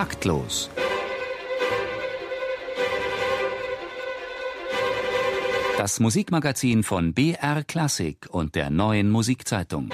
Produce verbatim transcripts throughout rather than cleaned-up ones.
Taktlos. Das Musikmagazin von B R Klassik und der Neuen Musikzeitung.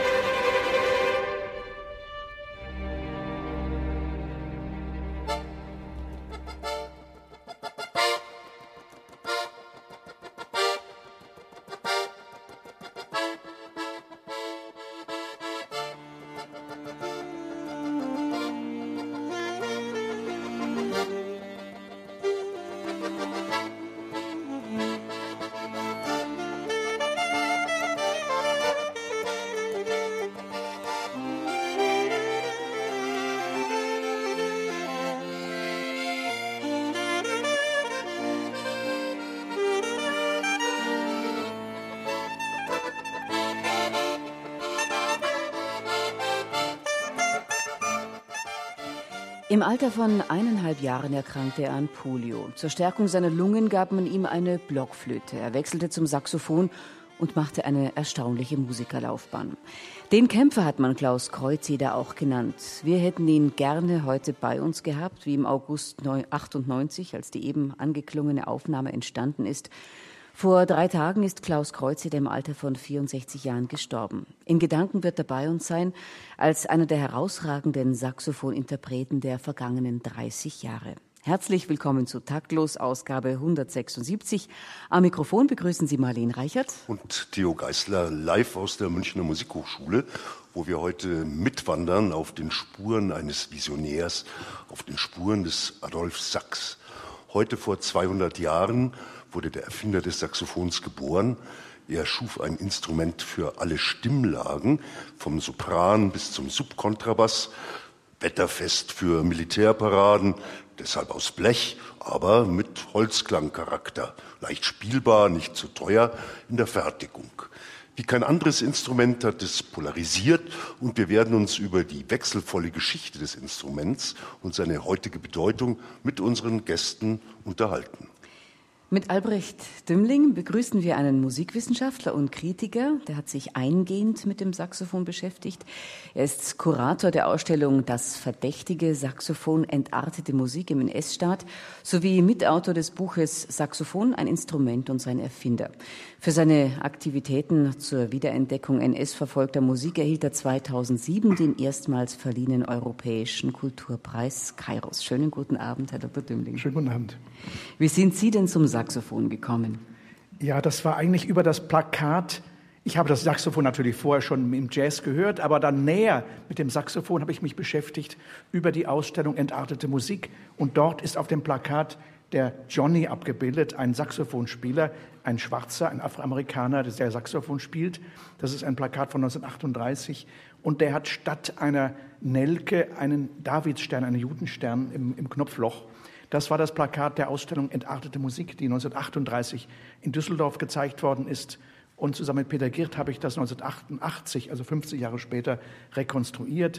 Im Alter von eineinhalb Jahren erkrankte er an Polio. Zur Stärkung seiner Lungen gab man ihm eine Blockflöte. Er wechselte zum Saxophon und machte eine erstaunliche Musikerlaufbahn. Den Kämpfer hat man Klaus Kreuzeder auch genannt. Wir hätten ihn gerne heute bei uns gehabt, wie im August achtundneunzig, als die eben angeklungene Aufnahme entstanden ist. Vor drei Tagen ist Klaus Kreuzeder im Alter von vierundsechzig Jahren gestorben. In Gedanken wird er bei uns sein, als einer der herausragenden Saxophoninterpreten der vergangenen dreißig Jahre. Herzlich willkommen zu Taktlos, Ausgabe hundertsechsundsiebzig. Am Mikrofon begrüßen Sie Marlene Reichert und Theo Geisler live aus der Münchner Musikhochschule, wo wir heute mitwandern auf den Spuren eines Visionärs, auf den Spuren des Adolphe Sax. Heute vor zweihundert Jahren wurde der Erfinder des Saxophons geboren. Er schuf ein Instrument für alle Stimmlagen, vom Sopran bis zum Subkontrabass, wetterfest für Militärparaden, deshalb aus Blech, aber mit Holzklangcharakter, leicht spielbar, nicht zu teuer in der Fertigung. Wie kein anderes Instrument hat es polarisiert und wir werden uns über die wechselvolle Geschichte des Instruments und seine heutige Bedeutung mit unseren Gästen unterhalten. Mit Albrecht Dümmling begrüßen wir einen Musikwissenschaftler und Kritiker, der hat sich eingehend mit dem Saxophon beschäftigt. Er ist Kurator der Ausstellung Das verdächtige Saxophon, entartete Musik im N S-Staat sowie Mitautor des Buches Saxophon, ein Instrument und sein Erfinder. Für seine Aktivitäten zur Wiederentdeckung N S-verfolgter Musik erhielt er zweitausendsieben den erstmals verliehenen Europäischen Kulturpreis Kairos. Schönen guten Abend, Herr Doktor Dümmling. Schönen guten Abend. Wie sind Sie denn zum Saxophon gekommen? Ja, das war eigentlich über das Plakat. Ich habe das Saxophon natürlich vorher schon im Jazz gehört, aber dann näher mit dem Saxophon habe ich mich beschäftigt über die Ausstellung Entartete Musik. Und dort ist auf dem Plakat der Johnny abgebildet, ein Saxophonspieler, ein Schwarzer, ein Afroamerikaner, der Saxophon spielt. Das ist ein Plakat von neunzehnhundertachtunddreißig. Und der hat statt einer Nelke einen Davidsstern, einen Judenstern im, im Knopfloch. Das war das Plakat der Ausstellung Entartete Musik, die neunzehnhundertachtunddreißig in Düsseldorf gezeigt worden ist. Und zusammen mit Peter Girt habe ich das neunzehnhundertachtundachtzig, also fünfzig Jahre später, rekonstruiert.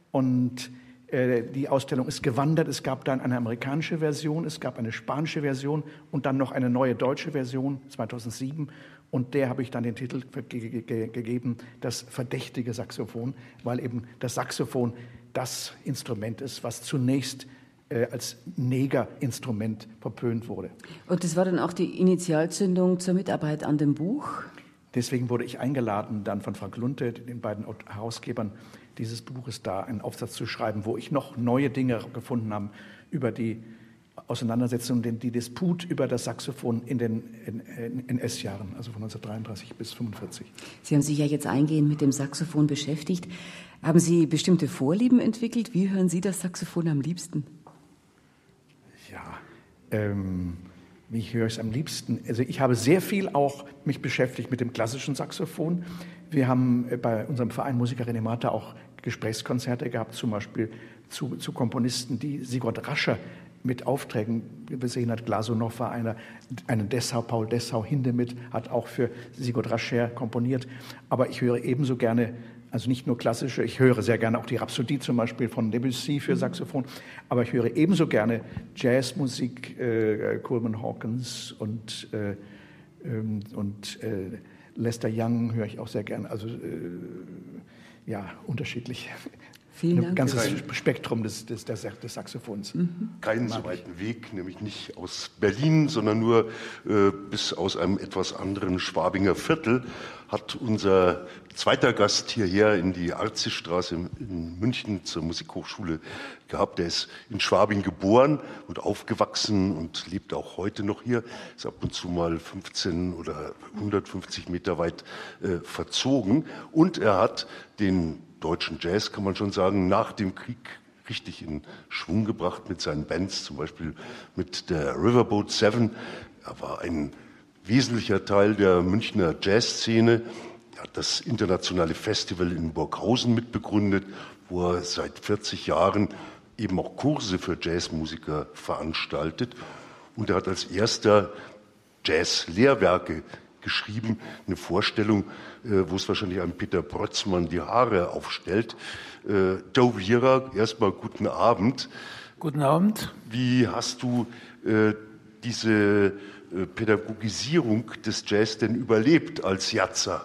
Und äh, die Ausstellung ist gewandert. Es gab dann eine amerikanische Version, es gab eine spanische Version und dann noch eine neue deutsche Version, zweitausendsieben. Und der habe ich dann den Titel ge- ge- gegeben, das verdächtige Saxophon, weil eben das Saxophon das Instrument ist, was zunächst als Negerinstrument verpönt wurde. Und das war dann auch die Initialzündung zur Mitarbeit an dem Buch? Deswegen wurde ich eingeladen, dann von Frank Lunte, den beiden Herausgebern dieses Buches, da einen Aufsatz zu schreiben, wo ich noch neue Dinge gefunden habe über die Auseinandersetzung, den, die Disput über das Saxophon in den N S-Jahren, also von neunzehnhundertdreiunddreißig bis fünfundvierzig. Sie haben sich ja jetzt eingehend mit dem Saxophon beschäftigt. Haben Sie bestimmte Vorlieben entwickelt? Wie hören Sie das Saxophon am liebsten? Ja, ähm, wie höre ich es am liebsten? Also ich habe sehr viel auch mich beschäftigt mit dem klassischen Saxophon. Wir haben bei unserem Verein Musica Reanimata auch Gesprächskonzerte gehabt, zum Beispiel zu, zu Komponisten, die Sigurd Rascher mit Aufträgen besehen hat. Glasunow war einer, einen Dessau, Paul Dessau, Hindemith hat auch für Sigurd Rascher komponiert. Aber ich höre ebenso gerne, also nicht nur klassische, ich höre sehr gerne auch die Rhapsodie zum Beispiel von Debussy für Saxophon, aber ich höre ebenso gerne Jazzmusik, äh, Coleman Hawkins und, äh, und äh, Lester Young höre ich auch sehr gerne, also äh, ja, unterschiedlich. Vielen ein Dank. ganzes Spektrum des, des, des, des Saxophons. Mhm. Keinen so weiten Weg, nämlich nicht aus Berlin, sondern nur äh, bis aus einem etwas anderen Schwabinger Viertel, hat unser zweiter Gast hierher in die Arzisstraße in München zur Musikhochschule gehabt. Der ist in Schwabing geboren und aufgewachsen und lebt auch heute noch hier. Ist ab und zu mal fünfzehn oder hundertfünfzig Meter weit äh, verzogen. Und er hat den deutschen Jazz, kann man schon sagen, nach dem Krieg richtig in Schwung gebracht mit seinen Bands, zum Beispiel mit der Riverboat Seven. Er war ein wesentlicher Teil der Münchner Jazzszene. Er hat das internationale Festival in Burghausen mitbegründet, wo er seit vierzig Jahren eben auch Kurse für Jazzmusiker veranstaltet. Und er hat als erster Jazz-Lehrwerke geschrieben, eine Vorstellung, wo es wahrscheinlich einem Peter Brötzmann die Haare aufstellt. Joe Viera, erstmal guten Abend. Guten Abend. Wie hast du äh, diese äh, Pädagogisierung des Jazz denn überlebt als Jazzer?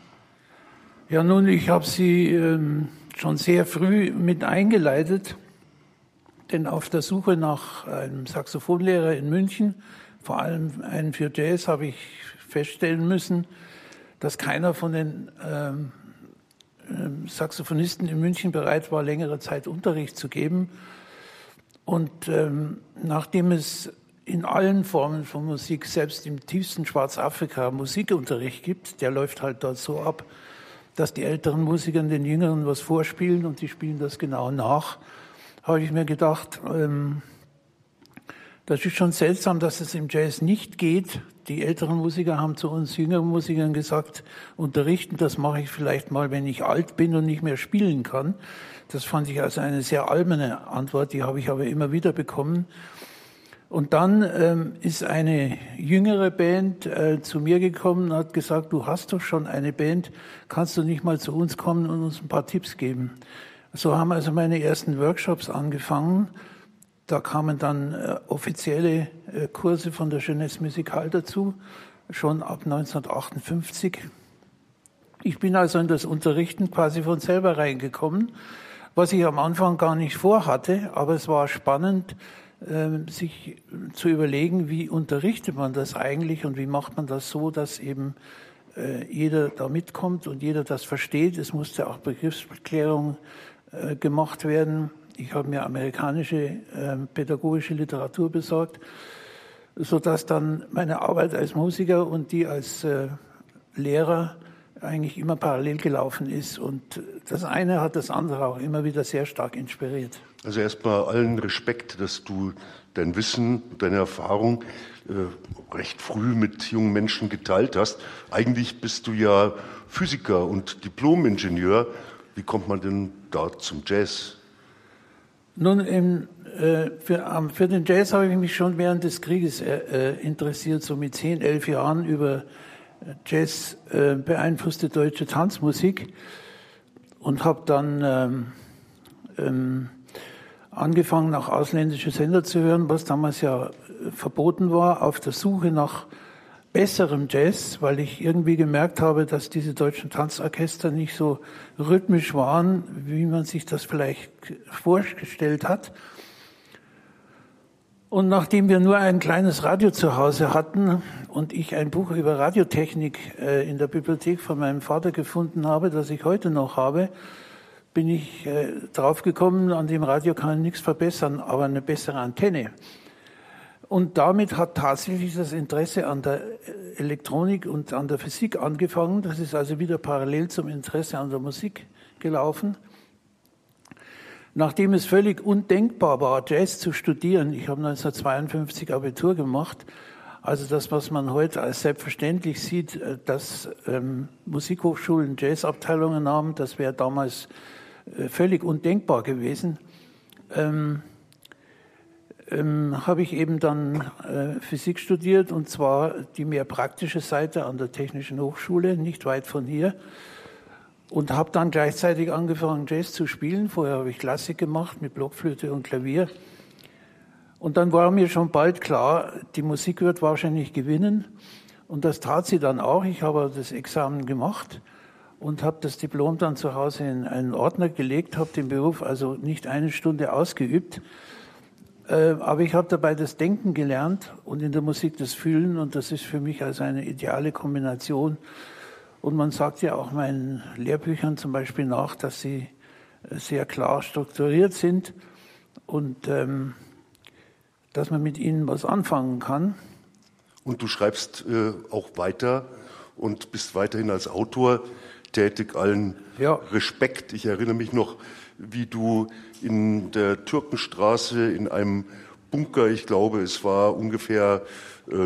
Ja, nun, ich habe sie ähm, schon sehr früh mit eingeleitet, denn auf der Suche nach einem Saxophonlehrer in München, vor allem einen für Jazz, habe ich feststellen müssen, dass keiner von den ähm, ähm, Saxophonisten in München bereit war, längere Zeit Unterricht zu geben. Und ähm, nachdem es in allen Formen von Musik, selbst im tiefsten Schwarzafrika, Musikunterricht gibt, der läuft halt dort so ab, dass die älteren Musiker den Jüngeren was vorspielen und die spielen das genau nach, habe ich mir gedacht, ähm, das ist schon seltsam, dass es im Jazz nicht geht. Die älteren Musiker haben zu uns jüngeren Musikern gesagt, unterrichten, das mache ich vielleicht mal, wenn ich alt bin und nicht mehr spielen kann. Das fand ich also eine sehr alberne Antwort, die habe ich aber immer wieder bekommen. Und dann ähm, ist eine jüngere Band äh, zu mir gekommen und hat gesagt, du hast doch schon eine Band, kannst du nicht mal zu uns kommen und uns ein paar Tipps geben? So haben also meine ersten Workshops angefangen. Da kamen dann äh, offizielle äh, Kurse von der Jeunesse Musicale dazu, schon ab neunzehnhundertachtundfünfzig. Ich bin also in das Unterrichten quasi von selber reingekommen, was ich am Anfang gar nicht vorhatte, aber es war spannend, äh, sich zu überlegen, wie unterrichtet man das eigentlich und wie macht man das so, dass eben äh, jeder da mitkommt und jeder das versteht. Es musste auch Begriffsklärung äh, gemacht werden. Ich habe mir amerikanische äh, pädagogische Literatur besorgt, sodass dann meine Arbeit als Musiker und die als äh, Lehrer eigentlich immer parallel gelaufen ist. Und das eine hat das andere auch immer wieder sehr stark inspiriert. Also erstmal allen Respekt, dass du dein Wissen, deine Erfahrung äh, recht früh mit jungen Menschen geteilt hast. Eigentlich bist du ja Physiker und Diplom-Ingenieur. Wie kommt man denn da zum Jazz? Nun, im, äh, für, für den Jazz habe ich mich schon während des Krieges äh, interessiert, so mit zehn, elf Jahren über Jazz äh, beeinflusste deutsche Tanzmusik und habe dann ähm, ähm, angefangen, nach ausländische Sender zu hören, was damals ja äh, verboten war, auf der Suche nach besserem Jazz, weil ich irgendwie gemerkt habe, dass diese deutschen Tanzorchester nicht so rhythmisch waren, wie man sich das vielleicht vorgestellt hat. Und nachdem wir nur ein kleines Radio zu Hause hatten und ich ein Buch über Radiotechnik äh, in der Bibliothek von meinem Vater gefunden habe, das ich heute noch habe, bin ich äh, drauf gekommen, an dem Radio kann ich nichts verbessern, aber eine bessere Antenne. Und damit hat tatsächlich das Interesse an der Elektronik und an der Physik angefangen. Das ist also wieder parallel zum Interesse an der Musik gelaufen. Nachdem es völlig undenkbar war, Jazz zu studieren, ich habe neunzehnhundertzweiundfünfzig Abitur gemacht, also das, was man heute als selbstverständlich sieht, dass ähm, Musikhochschulen Jazzabteilungen haben, das wäre damals äh, völlig undenkbar gewesen. Ähm, Ähm, habe ich eben dann äh, Physik studiert, und zwar die mehr praktische Seite an der Technischen Hochschule, nicht weit von hier, und habe dann gleichzeitig angefangen, Jazz zu spielen. Vorher habe ich Klassik gemacht mit Blockflöte und Klavier. Und dann war mir schon bald klar, die Musik wird wahrscheinlich gewinnen, und das tat sie dann auch. Ich habe das Examen gemacht und habe das Diplom dann zu Hause in einen Ordner gelegt, habe den Beruf also nicht eine Stunde ausgeübt. Äh, aber ich habe dabei das Denken gelernt und in der Musik das Fühlen, und das ist für mich also eine ideale Kombination. Und man sagt ja auch meinen Lehrbüchern zum Beispiel nach, dass sie sehr klar strukturiert sind und ähm, dass man mit ihnen was anfangen kann. Und du schreibst äh, auch weiter und bist weiterhin als Autor tätig. Allen ja. Respekt. Ich erinnere mich noch, wie du in der Türkenstraße in einem Bunker, ich glaube, es war ungefähr äh,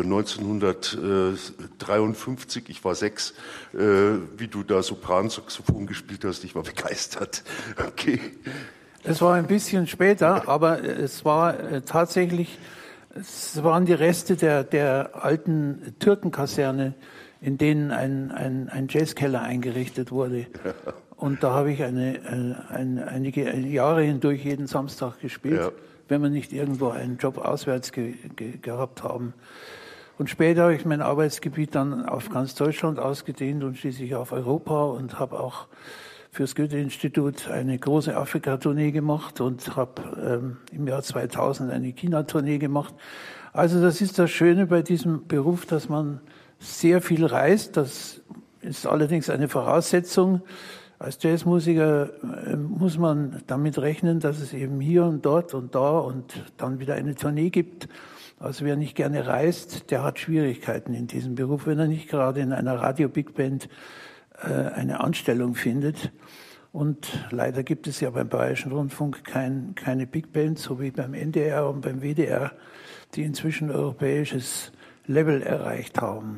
neunzehnhundertdreiundfünfzig, ich war sechs, äh, wie du da Sopransaxophon gespielt hast. Ich war begeistert. Okay. Es war ein bisschen später, aber es war äh, tatsächlich, es waren die Reste der, der alten Türkenkaserne, in denen ein, ein, ein Jazzkeller eingerichtet wurde. Und da habe ich eine, eine, einige Jahre hindurch jeden Samstag gespielt, ja. wenn wir nicht irgendwo einen Job auswärts ge, ge, gehabt haben. Und später habe ich mein Arbeitsgebiet dann auf ganz Deutschland ausgedehnt und schließlich auf Europa und habe auch fürs Goethe-Institut eine große Afrika-Tournee gemacht und habe ähm, im Jahr zweitausend eine China-Tournee gemacht. Also das ist das Schöne bei diesem Beruf, dass man sehr viel reist. Das ist allerdings eine Voraussetzung. Als Jazzmusiker äh, muss man damit rechnen, dass es eben hier und dort und da und dann wieder eine Tournee gibt. Also wer nicht gerne reist, der hat Schwierigkeiten in diesem Beruf, wenn er nicht gerade in einer Radio-Big Band äh, eine Anstellung findet. Und leider gibt es ja beim Bayerischen Rundfunk kein, keine Big Band, so wie beim N D R und beim W D R, die inzwischen europäisches Level erreicht haben.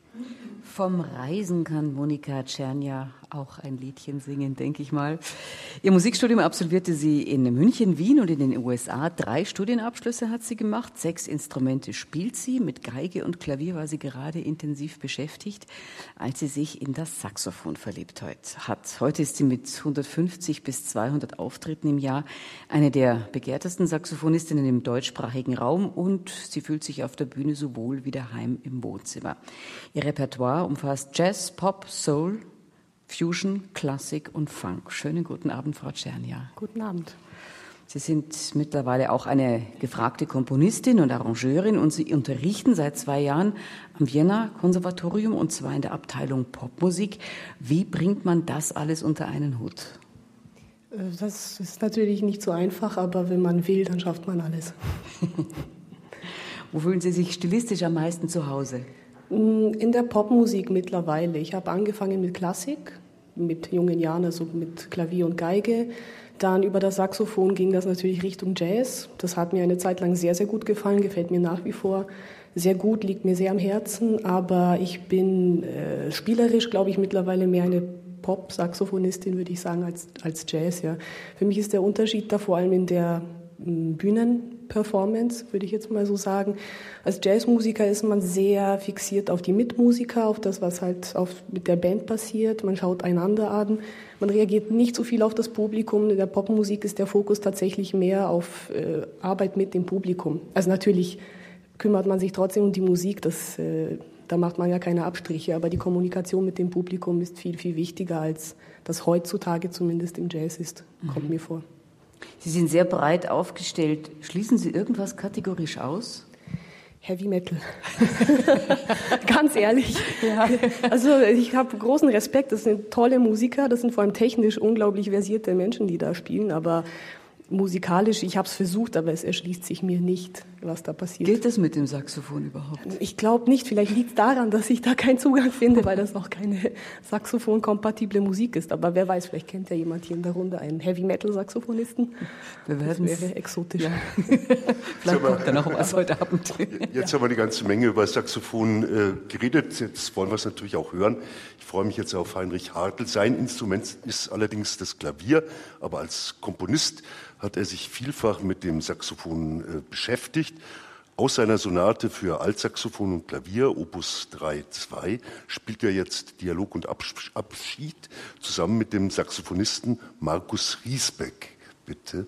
Vom Reisen kann Monika Czernia auch ein Liedchen singen, denke ich mal. Ihr Musikstudium absolvierte sie in München, Wien und in den U S A. Drei Studienabschlüsse hat sie gemacht. Sechs Instrumente spielt sie. Mit Geige und Klavier war sie gerade intensiv beschäftigt, als sie sich in das Saxophon verliebt hat. Heute ist sie mit hundertfünfzig bis zweihundert Auftritten im Jahr eine der begehrtesten Saxophonistinnen im deutschsprachigen Raum und sie fühlt sich auf der Bühne so wohl wie daheim im Wohnzimmer. Ihr Repertoire umfasst Jazz, Pop, Soul, Fusion, Klassik und Funk. Schönen guten Abend, Frau Czernia. Guten Abend. Sie sind mittlerweile auch eine gefragte Komponistin und Arrangeurin und Sie unterrichten seit zwei Jahren am Vienna Konservatorium und zwar in der Abteilung Popmusik. Wie bringt man das alles unter einen Hut? Das ist natürlich nicht so einfach, aber wenn man will, dann schafft man alles. Wo fühlen Sie sich stilistisch am meisten zu Hause? In der Popmusik mittlerweile. Ich habe angefangen mit Klassik, mit jungen Jahren, also mit Klavier und Geige. Dann über das Saxophon ging das natürlich Richtung Jazz. Das hat mir eine Zeit lang sehr, sehr gut gefallen, gefällt mir nach wie vor sehr gut, liegt mir sehr am Herzen. Aber ich bin äh, spielerisch, glaube ich, mittlerweile mehr eine Pop-Saxophonistin, würde ich sagen, als, als Jazz. Ja. Für mich ist der Unterschied da vor allem in der Bühnenperformance, würde ich jetzt mal so sagen. Als Jazzmusiker ist man sehr fixiert auf die Mitmusiker, auf das, was halt auf, mit der Band passiert. Man schaut einander an. Man reagiert nicht so viel auf das Publikum. In der Popmusik ist der Fokus tatsächlich mehr auf äh, Arbeit mit dem Publikum. Also natürlich kümmert man sich trotzdem um die Musik, das, äh, da macht man ja keine Abstriche. Aber die Kommunikation mit dem Publikum ist viel, viel wichtiger, als das heutzutage zumindest im Jazz ist, kommt mhm. mir vor. Sie sind sehr breit aufgestellt. Schließen Sie irgendwas kategorisch aus? Heavy Metal. Ganz ehrlich. Ja. Also ich habe großen Respekt. Das sind tolle Musiker. Das sind vor allem technisch unglaublich versierte Menschen, die da spielen. Aber musikalisch, ich habe es versucht, aber es erschließt sich mir nicht, was da passiert. Geht das mit dem Saxophon überhaupt? Ich glaube nicht. Vielleicht liegt es daran, dass ich da keinen Zugang finde, weil das noch keine Saxophon-kompatible Musik ist. Aber wer weiß, vielleicht kennt ja jemand hier in der Runde einen Heavy-Metal-Saxophonisten. Wir werden das wäre exotisch. Ja. Vielleicht kommt da noch was heute Abend. Jetzt ja. haben wir eine ganze Menge über das Saxophon äh, geredet. Jetzt wollen wir es natürlich auch hören. Ich freue mich jetzt auf Heinrich Hartl. Sein Instrument ist allerdings das Klavier, aber als Komponist hat er sich vielfach mit dem Saxophon äh, beschäftigt. Aus seiner Sonate für Altsaxophon und Klavier, Opus drei zwei, spielt er jetzt Dialog und Abschied zusammen mit dem Saxophonisten Markus Riesbeck. Bitte.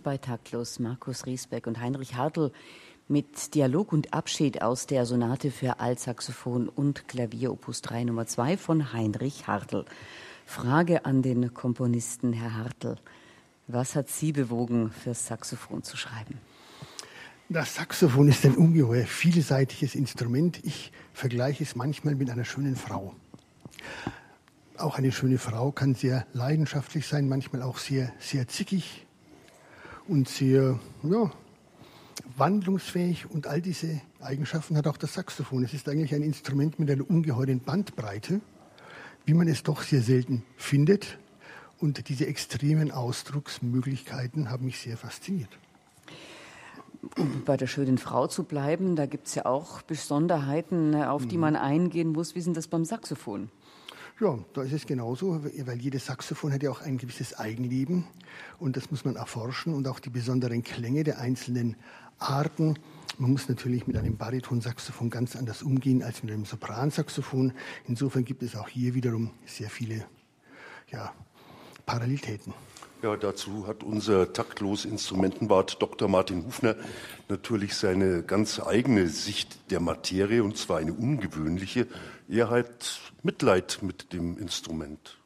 bei Taktlos, Markus Riesbeck und Heinrich Hartl mit Dialog und Abschied aus der Sonate für Altsaxophon und Klavier Opus drei Nummer zwei von Heinrich Hartl. Frage an den Komponisten, Herr Hartl. Was hat Sie bewogen, fürs Saxophon zu schreiben? Das Saxophon ist ein ungeheuer vielseitiges Instrument. Ich vergleiche es manchmal mit einer schönen Frau. Auch eine schöne Frau kann sehr leidenschaftlich sein, manchmal auch sehr, sehr zickig und sehr, ja, wandlungsfähig. Und all diese Eigenschaften hat auch das Saxophon. Es ist eigentlich ein Instrument mit einer ungeheuren Bandbreite, wie man es doch sehr selten findet. Und diese extremen Ausdrucksmöglichkeiten haben mich sehr fasziniert. Um bei der schönen Frau zu bleiben, da gibt es ja auch Besonderheiten, auf die man eingehen muss. Wie ist denn das beim Saxophon? Ja, da ist es genauso, weil jedes Saxophon hat ja auch ein gewisses Eigenleben und das muss man erforschen und auch die besonderen Klänge der einzelnen Arten. Man muss natürlich mit einem Baritonsaxophon ganz anders umgehen als mit einem Sopransaxophon. Insofern gibt es auch hier wiederum sehr viele, ja, Parallelitäten. Ja, dazu hat unser taktlos Instrumentenbart Doktor Martin Hufner natürlich seine ganz eigene Sicht der Materie, und zwar eine ungewöhnliche. Er hat Mitleid mit dem Instrument.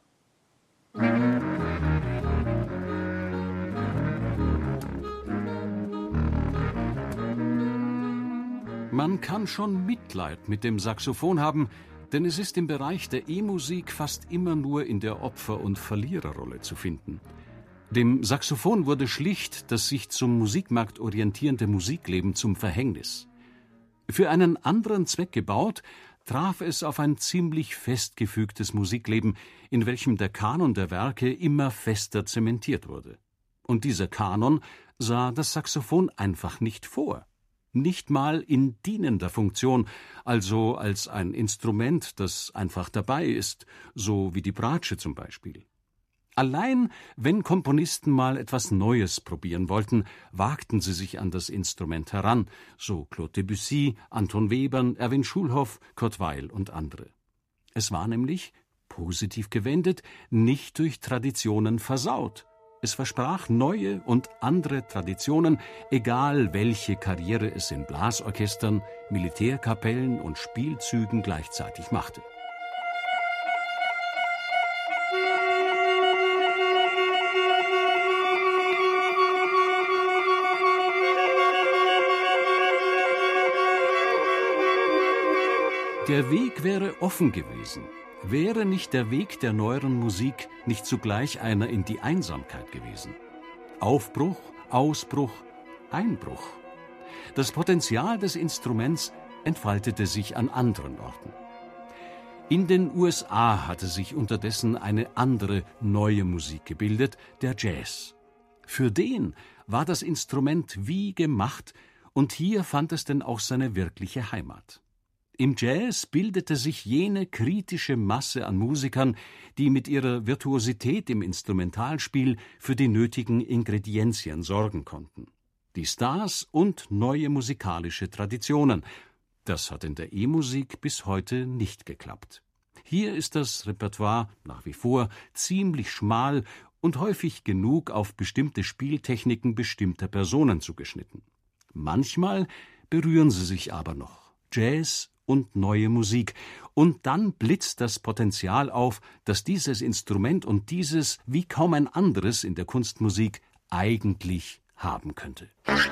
Man kann schon Mitleid mit dem Saxophon haben, denn es ist im Bereich der E-Musik fast immer nur in der Opfer- und Verliererrolle zu finden. Dem Saxophon wurde schlicht das sich zum Musikmarkt orientierende Musikleben zum Verhängnis. Für einen anderen Zweck gebaut, traf es auf ein ziemlich festgefügtes Musikleben, in welchem der Kanon der Werke immer fester zementiert wurde. Und dieser Kanon sah das Saxophon einfach nicht vor. Nicht mal in dienender Funktion, also als ein Instrument, das einfach dabei ist, so wie die Bratsche zum Beispiel. Allein, wenn Komponisten mal etwas Neues probieren wollten, wagten sie sich an das Instrument heran, so Claude Debussy, Anton Webern, Erwin Schulhoff, Kurt Weill und andere. Es war nämlich, positiv gewendet, nicht durch Traditionen versaut. Es versprach neue und andere Traditionen, egal welche Karriere es in Blasorchestern, Militärkapellen und Spielzügen gleichzeitig machte. Der Weg wäre offen gewesen, wäre nicht der Weg der neueren Musik nicht zugleich einer in die Einsamkeit gewesen. Aufbruch, Ausbruch, Einbruch. Das Potenzial des Instruments entfaltete sich an anderen Orten. In den U S A hatte sich unterdessen eine andere, neue Musik gebildet, der Jazz. Für den war das Instrument wie gemacht, und hier fand es denn auch seine wirkliche Heimat. Im Jazz bildete sich jene kritische Masse an Musikern, die mit ihrer Virtuosität im Instrumentalspiel für die nötigen Ingredienzien sorgen konnten. Die Stars und neue musikalische Traditionen. Das hat in der E-Musik bis heute nicht geklappt. Hier ist das Repertoire nach wie vor ziemlich schmal und häufig genug auf bestimmte Spieltechniken bestimmter Personen zugeschnitten. Manchmal berühren sie sich aber noch. Jazz und neue Musik. Und dann blitzt das Potenzial auf, dass dieses Instrument und dieses wie kaum ein anderes in der Kunstmusik eigentlich haben könnte.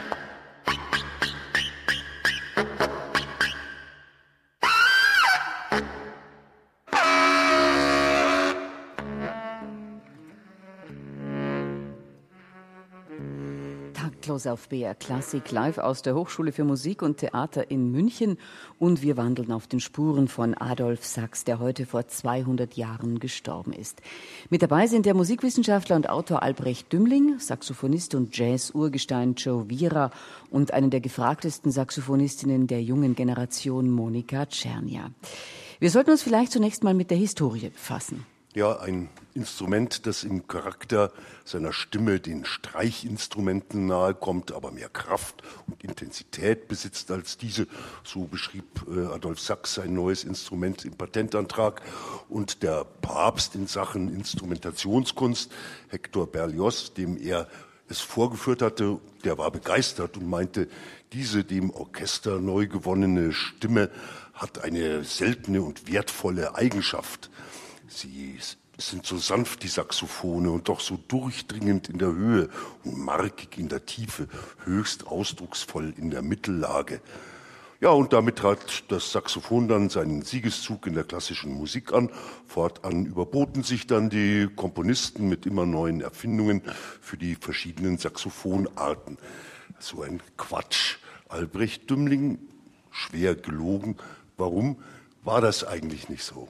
Taktlos auf B R Klassik, live aus der Hochschule für Musik und Theater in München. Und wir wandeln auf den Spuren von Adolf Sachs, der heute vor zweihundert Jahren gestorben ist. Mit dabei sind der Musikwissenschaftler und Autor Albrecht Dümling, Saxophonist und Jazz-Urgestein Joe Vera und eine der gefragtesten Saxophonistinnen der jungen Generation, Monika Czernia. Wir sollten uns vielleicht zunächst mal mit der Historie befassen. Ja, ein Instrument, das im Charakter seiner Stimme den Streichinstrumenten nahe kommt, aber mehr Kraft und Intensität besitzt als diese. So beschrieb äh, Adolf Sachs sein neues Instrument im Patentantrag. Und der Papst in Sachen Instrumentationskunst, Hector Berlioz, dem er es vorgeführt hatte, der war begeistert und meinte, diese dem Orchester neu gewonnene Stimme hat eine seltene und wertvolle Eigenschaft. Sie sind so sanft, die Saxophone, und doch so durchdringend in der Höhe und markig in der Tiefe, höchst ausdrucksvoll in der Mittellage. Ja, und damit trat das Saxophon dann seinen Siegeszug in der klassischen Musik an. Fortan überboten sich dann die Komponisten mit immer neuen Erfindungen für die verschiedenen Saxophonarten. So ein Quatsch. Albrecht Dümling, schwer gelogen. Warum war das eigentlich nicht so?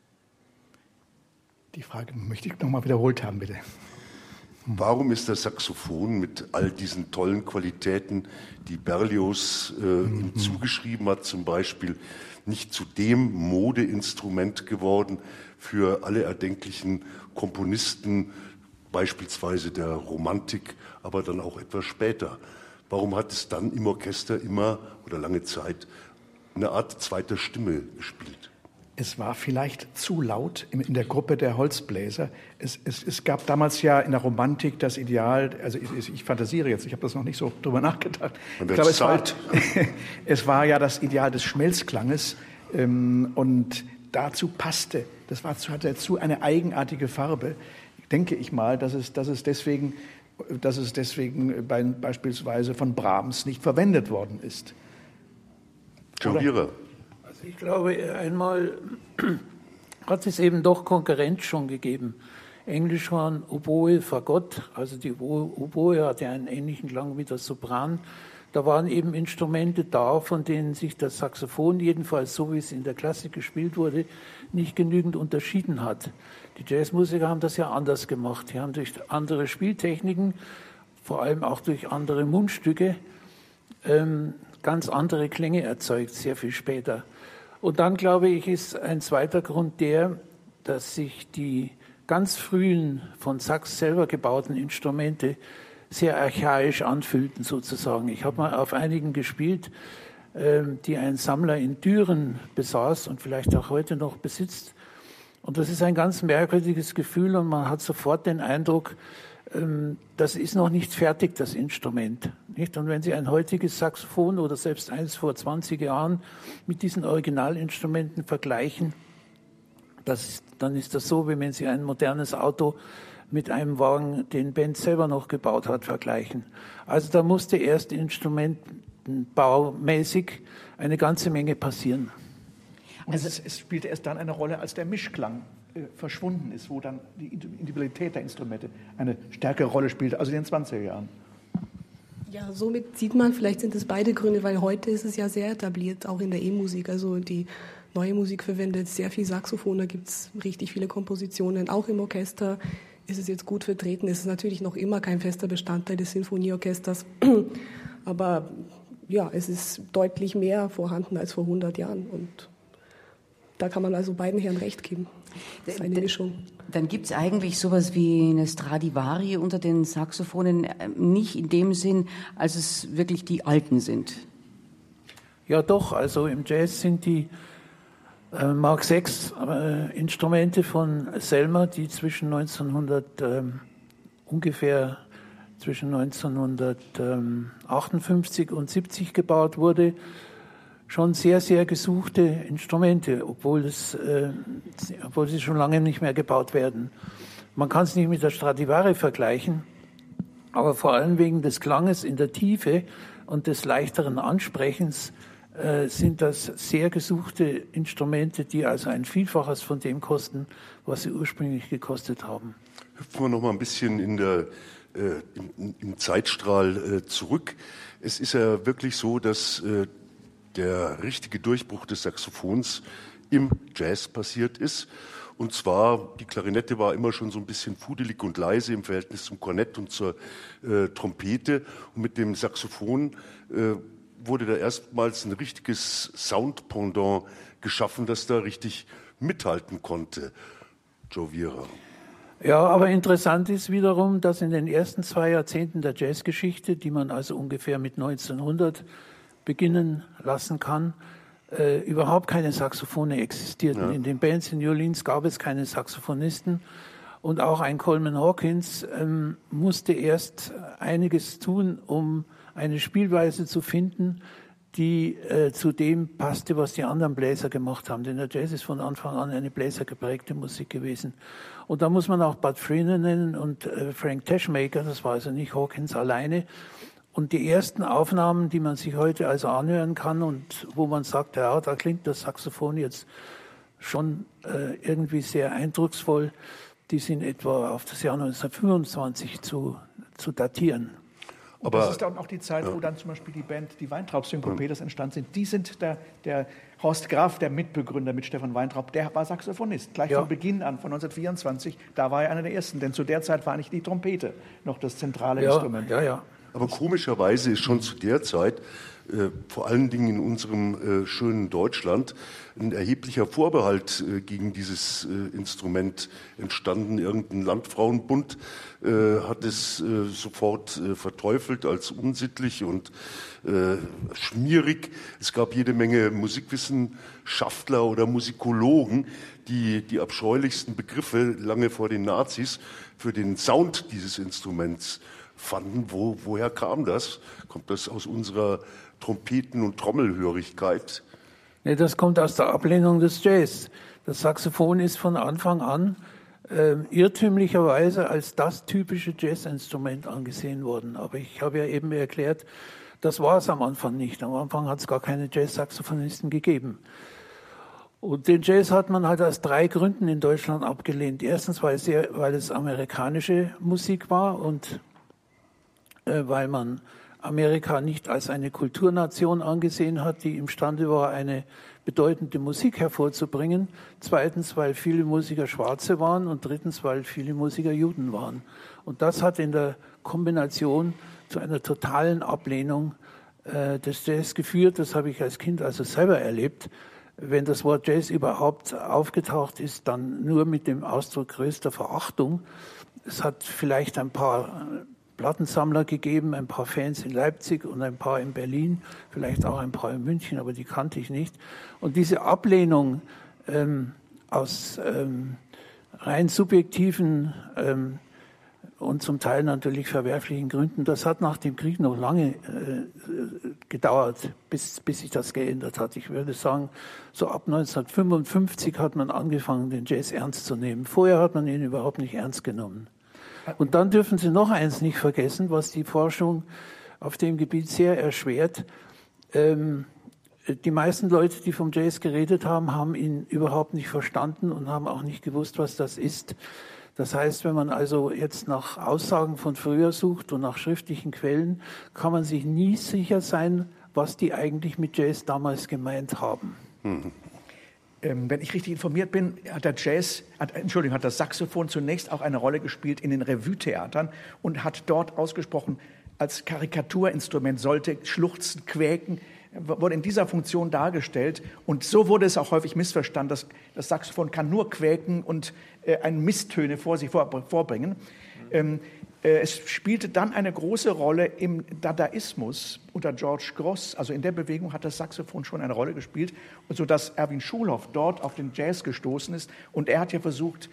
Die Frage möchte ich nochmal wiederholt haben, bitte. Warum ist das Saxophon mit all diesen tollen Qualitäten, die Berlioz äh, ihm zugeschrieben hat, zum Beispiel, nicht zu dem Modeinstrument geworden für alle erdenklichen Komponisten, beispielsweise der Romantik, aber dann auch etwas später? Warum hat es dann im Orchester immer oder lange Zeit eine Art zweiter Stimme gespielt? Es war vielleicht zu laut in der Gruppe der Holzbläser. Es, es, es gab damals ja in der Romantik das Ideal, also ich, ich fantasiere jetzt, ich habe das noch nicht so drüber nachgedacht. Ich glaube, es war, es war ja das Ideal des Schmelzklanges ähm, und dazu passte, das war, hatte dazu eine eigenartige Farbe. Denke ich mal, dass es, dass es deswegen, dass es deswegen bei, beispielsweise von Brahms nicht verwendet worden ist. Oder? Ich glaube, einmal hat es eben doch Konkurrenz schon gegeben. Englisch waren Oboe, Fagott, also die Oboe hatte einen ähnlichen Klang wie das Sopran. Da waren eben Instrumente da, von denen sich das Saxophon, jedenfalls so wie es in der Klassik gespielt wurde, nicht genügend unterschieden hat. Die Jazzmusiker haben das ja anders gemacht. Die haben durch andere Spieltechniken, vor allem auch durch andere Mundstücke, ähm, ganz andere Klänge erzeugt, sehr viel später. Und dann, glaube ich, ist ein zweiter Grund der, dass sich die ganz frühen, von Sachs selber gebauten Instrumente sehr archaisch anfühlten, sozusagen. Ich habe mal auf einigen gespielt, die ein Sammler in Düren besaß und vielleicht auch heute noch besitzt. Und das ist ein ganz merkwürdiges Gefühl und man hat sofort den Eindruck, das ist noch nicht fertig, das Instrument. Nicht? Und wenn Sie ein heutiges Saxophon oder selbst eins vor zwanzig Jahren mit diesen Originalinstrumenten vergleichen, das, dann ist das so, wie wenn Sie ein modernes Auto mit einem Wagen, den Benz selber noch gebaut hat, vergleichen. Also da musste erst instrumentenbaumäßig eine ganze Menge passieren. Also es, es spielte erst dann eine Rolle, als der Mischklang äh, verschwunden ist, wo dann die Individualität der Instrumente eine stärkere Rolle spielte, also in den zwanziger Jahren. Ja, somit sieht man, vielleicht sind es beide Gründe, weil heute ist es ja sehr etabliert, auch in der E-Musik. Also die neue Musik verwendet sehr viel Saxophon, da gibt es richtig viele Kompositionen. Auch im Orchester ist es jetzt gut vertreten. Es ist natürlich noch immer kein fester Bestandteil des Sinfonieorchesters, aber ja, es ist deutlich mehr vorhanden als vor hundert Jahren und da kann man also beiden Herren recht geben. Das ist eine Mischung. Dann gibt es eigentlich sowas wie eine Stradivari unter den Saxophonen, nicht in dem Sinn, als es wirklich die alten sind. Ja doch, also im Jazz sind die äh, Mark sechs äh, Instrumente von Selmer, die zwischen neunzehnhundert äh, ungefähr zwischen neunzehnhundertachtundfünfzig und siebzig gebaut wurde, schon sehr, sehr gesuchte Instrumente, obwohl, es, äh, obwohl sie schon lange nicht mehr gebaut werden. Man kann es nicht mit der Stradivari vergleichen, aber vor allem wegen des Klanges in der Tiefe und des leichteren Ansprechens äh, sind das sehr gesuchte Instrumente, die also ein Vielfaches von dem kosten, was sie ursprünglich gekostet haben. Hüpfen wir noch mal ein bisschen in der, äh, im, im Zeitstrahl äh, zurück. Es ist ja wirklich so, dass äh, der richtige Durchbruch des Saxophons im Jazz passiert ist. Und zwar, die Klarinette war immer schon so ein bisschen fudelig und leise im Verhältnis zum Kornett und zur äh, Trompete. Und mit dem Saxophon äh, wurde da erstmals ein richtiges Soundpendant geschaffen, das da richtig mithalten konnte. Joe Vera. Ja, aber interessant ist wiederum, dass in den ersten zwei Jahrzehnten der Jazzgeschichte, die man also ungefähr mit neunzehnhundert beginnen lassen kann, äh, überhaupt keine Saxophone existierten. Ja. In den Bands in New Orleans gab es keine Saxophonisten Und auch ein Coleman Hawkins ähm, musste erst einiges tun, um eine Spielweise zu finden, die äh, zu dem passte, was die anderen Bläser gemacht haben. Denn der Jazz ist von Anfang an eine bläsergeprägte Musik gewesen. Und da muss man auch Bud Freeman nennen und äh, Frank Teschmaker, das war also nicht Hawkins alleine. Und die ersten Aufnahmen, die man sich heute also anhören kann und wo man sagt, ja, da klingt das Saxophon jetzt schon äh, irgendwie sehr eindrucksvoll, die sind etwa auf das Jahr neunzehnhundertfünfundzwanzig zu, zu datieren. Und aber das ist dann auch die Zeit, ja. wo dann zum Beispiel die Band, die Weintraub-Synkopedes entstanden sind. Die sind der, der Horst Graf, der Mitbegründer mit Stefan Weintraub, der war Saxophonist. Gleich ja. von Beginn an, von neunzehnhundertvierundzwanzig, da war er einer der Ersten. Denn zu der Zeit war eigentlich die Trompete noch das zentrale ja, Instrument. Ja, ja. Aber komischerweise ist schon zu der Zeit, äh, vor allen Dingen in unserem äh, schönen Deutschland, ein erheblicher Vorbehalt äh, gegen dieses äh, Instrument entstanden. Irgendein Landfrauenbund äh, hat es äh, sofort äh, verteufelt als unsittlich und äh, schmierig. Es gab jede Menge Musikwissenschaftler oder Musikologen, die die abscheulichsten Begriffe lange vor den Nazis für den Sound dieses Instruments fanden. Wo, woher kam das? Kommt das aus unserer Trompeten- und Trommelhörigkeit? Nee, das kommt aus der Ablehnung des Jazz. Das Saxophon ist von Anfang an äh, irrtümlicherweise als das typische Jazzinstrument angesehen worden. Aber ich habe ja eben erklärt, das war es am Anfang nicht. Am Anfang hat es gar keine Jazz-Saxophonisten gegeben. Und den Jazz hat man halt aus drei Gründen in Deutschland abgelehnt. Erstens, weil es, sehr, weil es amerikanische Musik war und weil man Amerika nicht als eine Kulturnation angesehen hat, die imstande war, eine bedeutende Musik hervorzubringen. Zweitens, weil viele Musiker Schwarze waren und drittens, weil viele Musiker Juden waren. Und das hat in der Kombination zu einer totalen Ablehnung äh, des Jazz geführt. Das habe ich als Kind also selber erlebt. Wenn das Wort Jazz überhaupt aufgetaucht ist, dann nur mit dem Ausdruck größter Verachtung. Es hat vielleicht ein paar Plattensammler gegeben, ein paar Fans in Leipzig und ein paar in Berlin, vielleicht auch ein paar in München, aber die kannte ich nicht. Und diese Ablehnung ähm, aus ähm, rein subjektiven ähm, und zum Teil natürlich verwerflichen Gründen, das hat nach dem Krieg noch lange äh, gedauert, bis, bis sich das geändert hat. Ich würde sagen, so ab neunzehnhundertfünfundfünfzig hat man angefangen, den Jazz ernst zu nehmen. Vorher hat man ihn überhaupt nicht ernst genommen. Und dann dürfen Sie noch eins nicht vergessen, was die Forschung auf dem Gebiet sehr erschwert. Ähm, die meisten Leute, die vom Jazz geredet haben, haben ihn überhaupt nicht verstanden und haben auch nicht gewusst, was das ist. Das heißt, wenn man also jetzt nach Aussagen von früher sucht und nach schriftlichen Quellen, kann man sich nie sicher sein, was die eigentlich mit Jazz damals gemeint haben. Mhm. Ähm, wenn ich richtig informiert bin, hat der Jazz, hat, Entschuldigung, hat das Saxophon zunächst auch eine Rolle gespielt in den Revue-Theatern und hat dort ausgesprochen, als Karikaturinstrument sollte schluchzen, quäken, wurde in dieser Funktion dargestellt. Und so wurde es auch häufig missverstanden, dass das Saxophon kann nur quäken und äh, ein Misstöne vor sich vor, vorbringen. Ähm, Es spielte dann eine große Rolle im Dadaismus unter George Grosz. Also in der Bewegung hat das Saxophon schon eine Rolle gespielt, sodass Erwin Schulhoff dort auf den Jazz gestoßen ist. Und er hat ja versucht,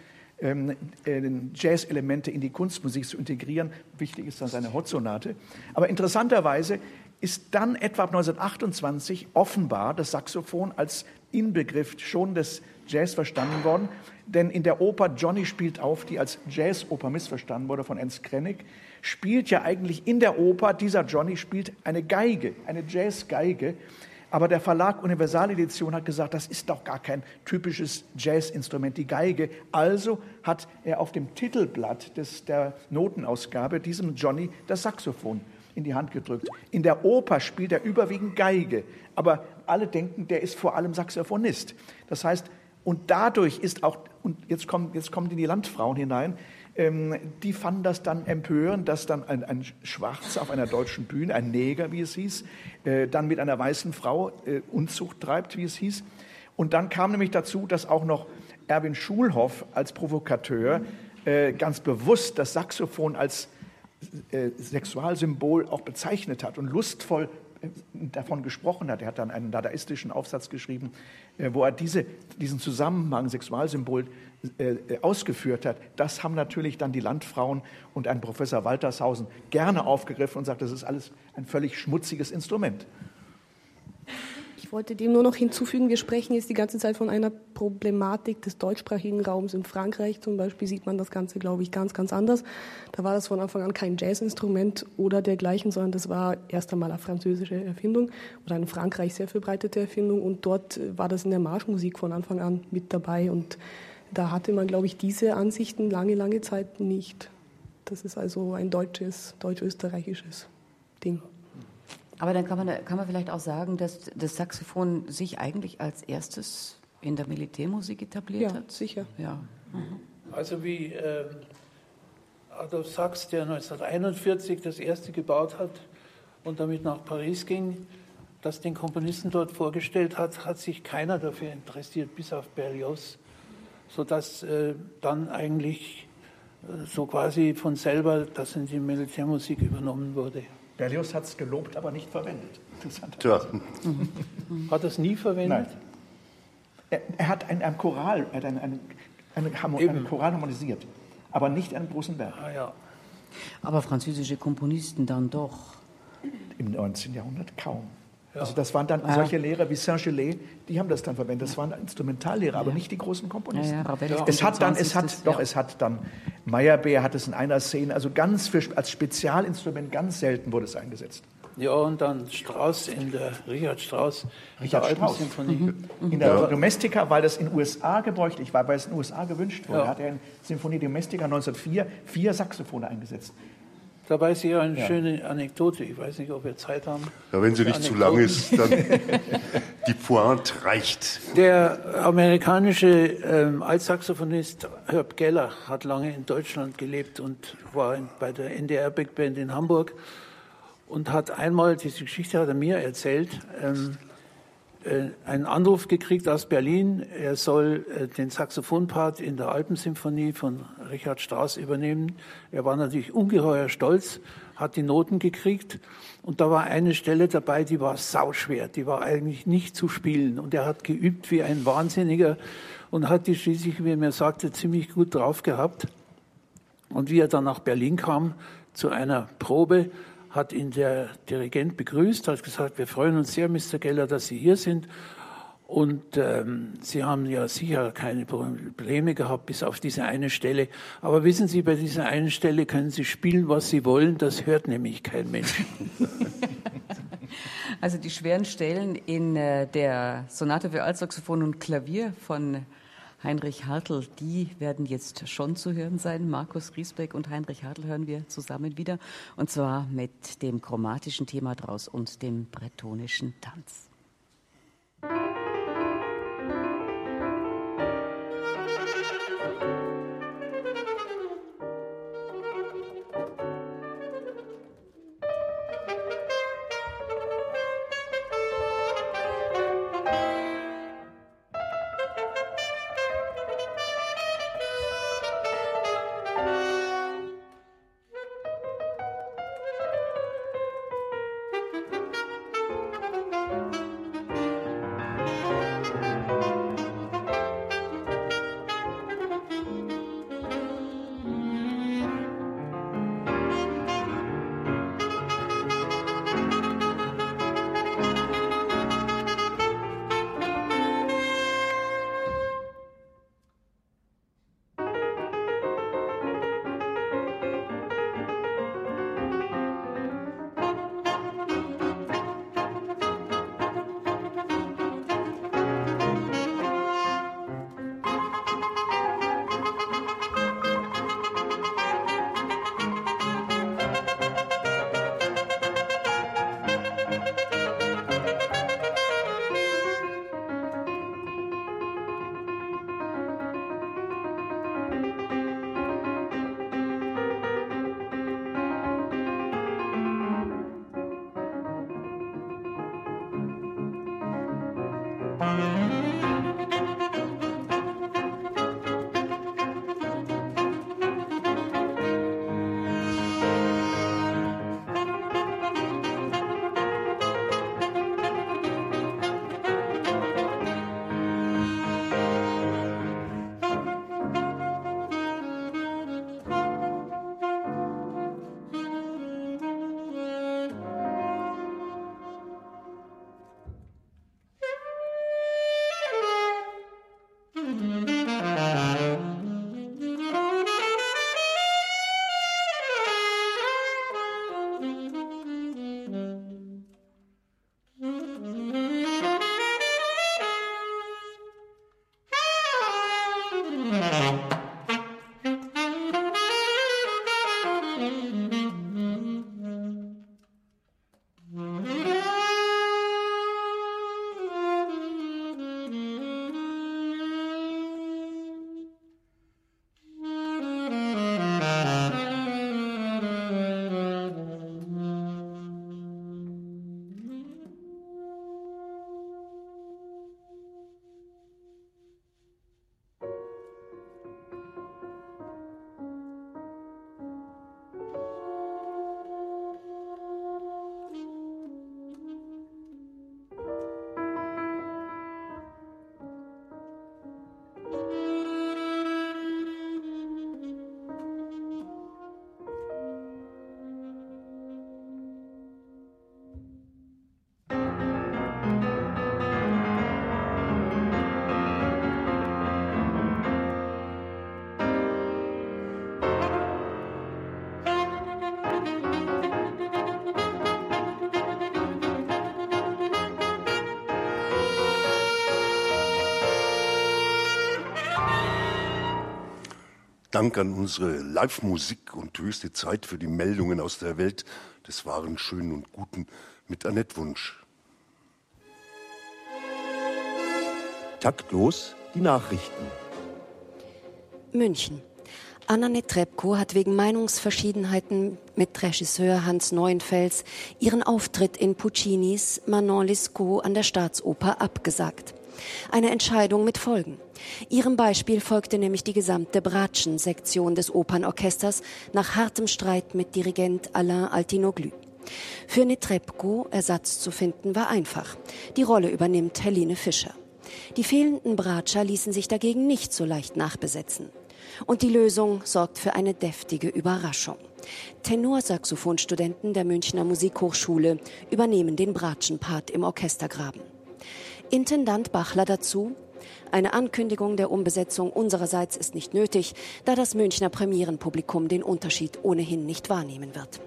Jazz-Elemente in die Kunstmusik zu integrieren. Wichtig ist dann seine Hot-Sonate. Aber interessanterweise ist dann etwa ab neunzehnhundertachtundzwanzig offenbar das Saxophon als Inbegriff schon des Jazz verstanden worden. Denn in der Oper Johnny spielt auf, die als Jazzoper missverstanden wurde von Ernst Krenek, spielt ja eigentlich in der Oper, dieser Johnny spielt eine Geige, eine Jazzgeige. Aber der Verlag Universal Edition hat gesagt, das ist doch gar kein typisches Jazzinstrument, die Geige. Also hat er auf dem Titelblatt des, der Notenausgabe diesem Johnny das Saxophon in die Hand gedrückt. In der Oper spielt er überwiegend Geige, aber alle denken, der ist vor allem Saxophonist. Das heißt, und dadurch ist auch, und jetzt kommen, jetzt kommen die Landfrauen hinein, ähm, die fanden das dann empörend, dass dann ein, ein Schwarzer auf einer deutschen Bühne, ein Neger, wie es hieß, äh, dann mit einer weißen Frau äh, Unzucht treibt, wie es hieß. Und dann kam nämlich dazu, dass auch noch Erwin Schulhoff als Provokateur äh, ganz bewusst das Saxophon als äh, Sexualsymbol auch bezeichnet hat und lustvoll davon gesprochen hat. Er hat dann einen dadaistischen Aufsatz geschrieben, wo er diese, diesen Zusammenhang, Sexualsymbol, äh, ausgeführt hat. Das haben natürlich dann die Landfrauen und ein Professor Waltershausen gerne aufgegriffen und sagt, das ist alles ein völlig schmutziges Instrument. Ich wollte dem nur noch hinzufügen, wir sprechen jetzt die ganze Zeit von einer Problematik des deutschsprachigen Raums. In Frankreich zum Beispiel sieht man das Ganze, glaube ich, ganz, ganz anders. Da war das von Anfang an kein Jazzinstrument oder dergleichen, sondern das war erst einmal eine französische Erfindung oder in Frankreich sehr verbreitete Erfindung. Und dort war das in der Marschmusik von Anfang an mit dabei. Und da hatte man, glaube ich, diese Ansichten lange, lange Zeit nicht. Das ist also ein deutsches, deutsch-österreichisches Ding. Aber dann kann man, kann man vielleicht auch sagen, dass das Saxophon sich eigentlich als erstes in der Militärmusik etabliert Ja, hat? sicher. Ja. Mhm. Also wie äh, Adolf Sachs, der neunzehnhunderteinundvierzig das erste gebaut hat und damit nach Paris ging, das den Komponisten dort vorgestellt hat, hat sich keiner dafür interessiert, bis auf Berlioz, sodass äh, dann eigentlich äh, so quasi von selber das in die Militärmusik übernommen wurde. Berlioz hat es gelobt, aber nicht verwendet. Tja. Hat er es nie verwendet? Nein. Er, er hat ein, ein Choral, er hat ein, ein, eine, eine, eine Choral harmonisiert, aber nicht einen großen Werk. Ah, ja. Aber französische Komponisten dann doch. Im neunzehnten Jahrhundert kaum. Ja. Also das waren dann Ah. solche Lehrer wie Saint-Gelais, die haben das dann verwendet. Das waren Instrumentallehrer, aber Ja. nicht die großen Komponisten. Ja, ja, Ravel Es hat dann, es zwanzig. hat, doch, Ja. es hat dann Meyerbeer hat es in einer Szene, also ganz für, als Spezialinstrument ganz selten wurde es eingesetzt. Ja, und dann Strauss in der, Richard Strauss, Richard in der Strauss. Alpensymphonie. In der Domestica, weil das in den U S A gebräuchlich war, weil es in den U S A gewünscht wurde, Ja. hat er in Symphonie Domestica neunzehnhundertvier vier Saxophone eingesetzt. Da weiß ich ja eine Ja. schöne Anekdote. Ich weiß nicht, ob wir Zeit haben. Ja, wenn sie Für nicht zu Anekdoten. lang ist, dann die Pointe reicht. Der amerikanische ähm, Altsaxophonist Herb Geller hat lange in Deutschland gelebt und war in, bei der N D R Big Band in Hamburg und hat einmal, diese Geschichte hat er mir erzählt, ähm, äh, einen Anruf gekriegt aus Berlin, er soll äh, den Saxophonpart in der Alpensymphonie von Richard Strauss übernehmen. Er war natürlich ungeheuer stolz, hat die Noten gekriegt und da war eine Stelle dabei, die war sauschwer, die war eigentlich nicht zu spielen und er hat geübt wie ein Wahnsinniger und hat die schließlich, wie er mir sagte, ziemlich gut drauf gehabt. Und wie er dann nach Berlin kam zu einer Probe, hat ihn der Dirigent begrüßt, hat gesagt, wir freuen uns sehr, Mister Geller, dass Sie hier sind. Und ähm, Sie haben ja sicher keine Probleme gehabt, bis auf diese eine Stelle. Aber wissen Sie, bei dieser einen Stelle können Sie spielen, was Sie wollen, das hört nämlich kein Mensch. Also die schweren Stellen in äh, der Sonate für Altsaxophon und Klavier von Heinrich Hartl, die werden jetzt schon zu hören sein. Markus Griesbeck und Heinrich Hartl hören wir zusammen wieder. Und zwar mit dem chromatischen Thema draus und dem bretonischen Tanz. Dank an unsere Live-Musik und höchste Zeit für die Meldungen aus der Welt des Wahren, Schönen und Guten mit Annette Wunsch. Taktlos die Nachrichten. München. Anna Netrebko hat wegen Meinungsverschiedenheiten mit Regisseur Hans Neuenfels ihren Auftritt in Puccinis Manon Lescaut an der Staatsoper abgesagt. Eine Entscheidung mit Folgen. Ihrem Beispiel folgte nämlich die gesamte Bratschen-Sektion des Opernorchesters nach hartem Streit mit Dirigent Alain Altinoglu. Für Netrebko Ersatz zu finden war einfach. Die Rolle übernimmt Helene Fischer. Die fehlenden Bratscher ließen sich dagegen nicht so leicht nachbesetzen. Und die Lösung sorgt für eine deftige Überraschung. Tenorsaxophonstudenten der Münchner Musikhochschule übernehmen den Bratschen-Part im Orchestergraben. Intendant Bachler dazu: Eine Ankündigung der Umbesetzung unsererseits ist nicht nötig, da das Münchner Premierenpublikum den Unterschied ohnehin nicht wahrnehmen wird.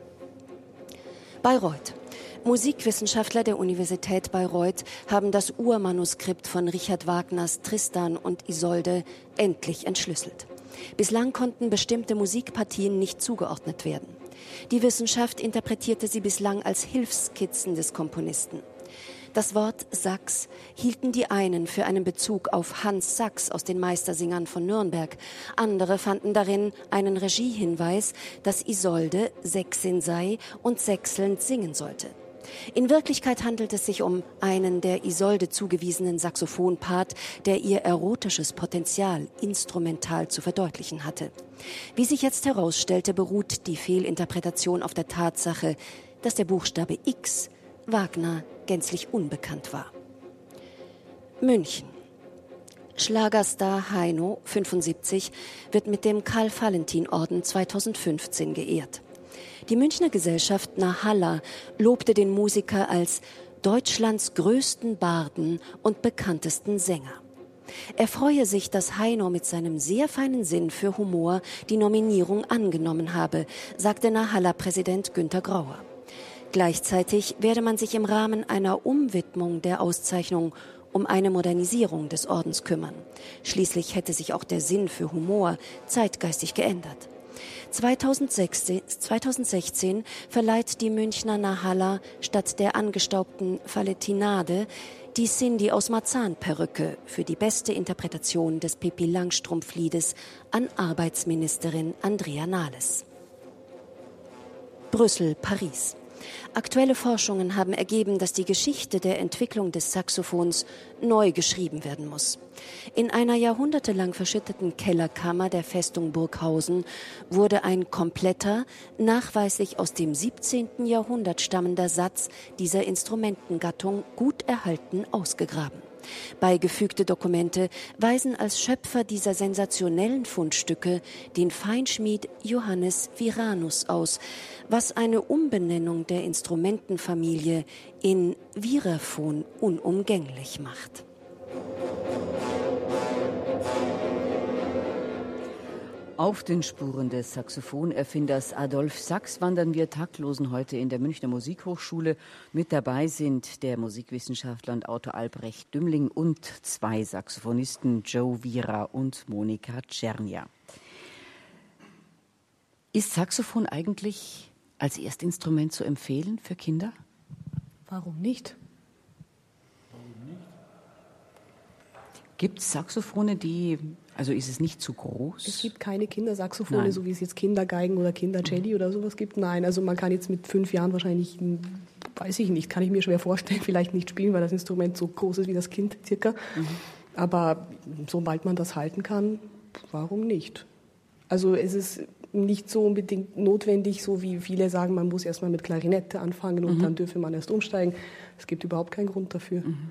Bayreuth. Musikwissenschaftler der Universität Bayreuth haben das Urmanuskript von Richard Wagners Tristan und Isolde endlich entschlüsselt. Bislang konnten bestimmte Musikpartien nicht zugeordnet werden. Die Wissenschaft interpretierte sie bislang als Hilfskizzen des Komponisten. Das Wort Sachs hielten die einen für einen Bezug auf Hans Sachs aus den Meistersingern von Nürnberg. Andere fanden darin einen Regiehinweis, dass Isolde Sächsin sei und sächselnd singen sollte. In Wirklichkeit handelt es sich um einen der Isolde zugewiesenen Saxophonpart, der ihr erotisches Potenzial instrumental zu verdeutlichen hatte. Wie sich jetzt herausstellte, beruht die Fehlinterpretation auf der Tatsache, dass der Buchstabe X Wagner gänzlich unbekannt war. München. Schlagerstar Heino, fünfundsiebzig, wird mit dem Karl-Valentin-Orden zweitausendfünfzehn geehrt. Die Münchner Gesellschaft Nahalla lobte den Musiker als Deutschlands größten Barden und bekanntesten Sänger. Er freue sich, dass Heino mit seinem sehr feinen Sinn für Humor die Nominierung angenommen habe, sagte Nahalla-Präsident Günter Grauer. Gleichzeitig werde man sich im Rahmen einer Umwidmung der Auszeichnung um eine Modernisierung des Ordens kümmern. Schließlich hätte sich auch der Sinn für Humor zeitgeistig geändert. zweitausendsechzehn verleiht die Münchner Nahalla statt der angestaubten Valentinade die Cindy aus Marzahn-Perücke für die beste Interpretation des Pippi Langstrumpf-Liedes an Arbeitsministerin Andrea Nahles. Brüssel, Paris. Aktuelle Forschungen haben ergeben, dass die Geschichte der Entwicklung des Saxophons neu geschrieben werden muss. In einer jahrhundertelang verschütteten Kellerkammer der Festung Burghausen wurde ein kompletter, nachweislich aus dem siebzehnten Jahrhundert stammender Satz dieser Instrumentengattung gut erhalten ausgegraben. Beigefügte Dokumente weisen als Schöpfer dieser sensationellen Fundstücke den Feinschmied Johannes Viranus aus, was eine Umbenennung der Instrumentenfamilie in Viraphon unumgänglich macht. Auf den Spuren des Saxophonerfinders Adolf Sachs wandern wir Taktlosen heute in der Münchner Musikhochschule. Mit dabei sind der Musikwissenschaftler und Autor Albrecht Dümling und zwei Saxophonisten, Joe Vira und Monika Czernia. Ist Saxophon eigentlich als Erstinstrument zu empfehlen für Kinder? Warum nicht? Gibt es Saxophone, die, also ist es nicht zu groß? Es gibt keine Kindersaxophone, Nein. so wie es jetzt Kindergeigen oder Kindercelli oder sowas gibt. Nein, also man kann jetzt mit fünf Jahren wahrscheinlich, weiß ich nicht, kann ich mir schwer vorstellen, vielleicht nicht spielen, weil das Instrument so groß ist wie das Kind circa. Mhm. Aber sobald man das halten kann, warum nicht? Also es ist nicht so unbedingt notwendig, so wie viele sagen, man muss erstmal mit Klarinette anfangen und mhm. dann dürfe man erst umsteigen. Es gibt überhaupt keinen Grund dafür. Mhm.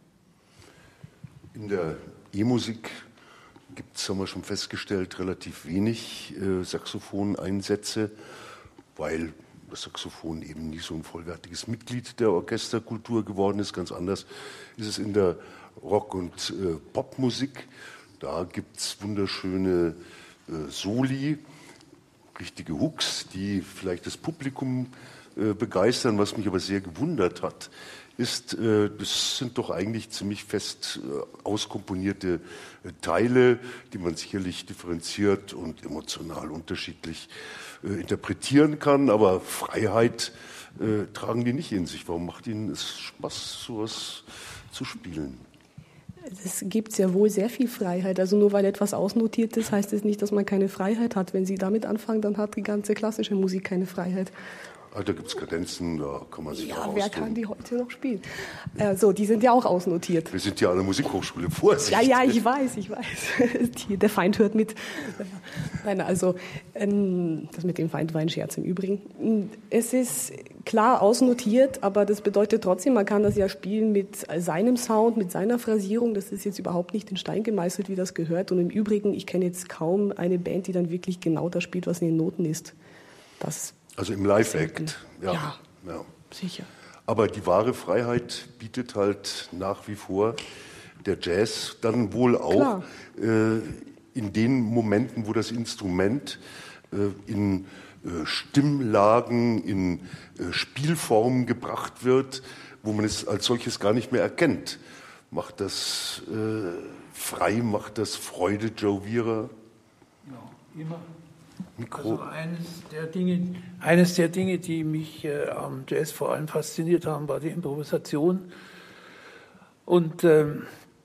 In der E-Musik gibt es, haben wir schon festgestellt, relativ wenig äh, Saxophoneinsätze, weil das Saxophon eben nicht so ein vollwertiges Mitglied der Orchesterkultur geworden ist. Ganz anders ist es in der Rock- und äh, Popmusik. Da gibt es wunderschöne äh, Soli, richtige Hooks, die vielleicht das Publikum äh, begeistern. Was mich aber sehr gewundert hat, ist, äh, das sind doch eigentlich ziemlich fest äh, auskomponierte äh, Teile, die man sicherlich differenziert und emotional unterschiedlich äh, interpretieren kann, aber Freiheit äh, tragen die nicht in sich. Warum macht Ihnen es Spaß, sowas zu spielen? Es gibt sehr wohl sehr viel Freiheit. Also nur weil etwas ausnotiert ist, heißt es nicht, dass man keine Freiheit hat. Wenn Sie damit anfangen, dann hat die ganze klassische Musik keine Freiheit. Ah, da gibt es Kadenzen, da kann man sich ja, auch wer austoben. kann die heute noch spielen? Äh, so, die sind ja auch ausnotiert. Wir sind ja alle Musikhochschule, Vorsicht. Ja, ja, ich weiß, ich weiß. Die, der Feind hört mit. Nein, also ähm, das mit dem Feind war ein Scherz im Übrigen. Es ist klar ausnotiert, aber das bedeutet trotzdem, man kann das ja spielen mit seinem Sound, mit seiner Phrasierung. Das ist jetzt überhaupt nicht in Stein gemeißelt, wie das gehört. Und im Übrigen, ich kenne jetzt kaum eine Band, die dann wirklich genau das spielt, was in den Noten ist. Das Also im Live-Act. Ja, ja, ja, sicher. Aber die wahre Freiheit bietet halt nach wie vor der Jazz dann wohl auch äh, in den Momenten, wo das Instrument äh, in äh, Stimmlagen, in äh, Spielformen gebracht wird, wo man es als solches gar nicht mehr erkennt. Macht das äh, frei, macht das Freude, Joe Vera? Ja, immer. Mikro. Also eines der Dinge, eines der Dinge, die mich äh, am Jazz vor allem fasziniert haben, war die Improvisation und ähm,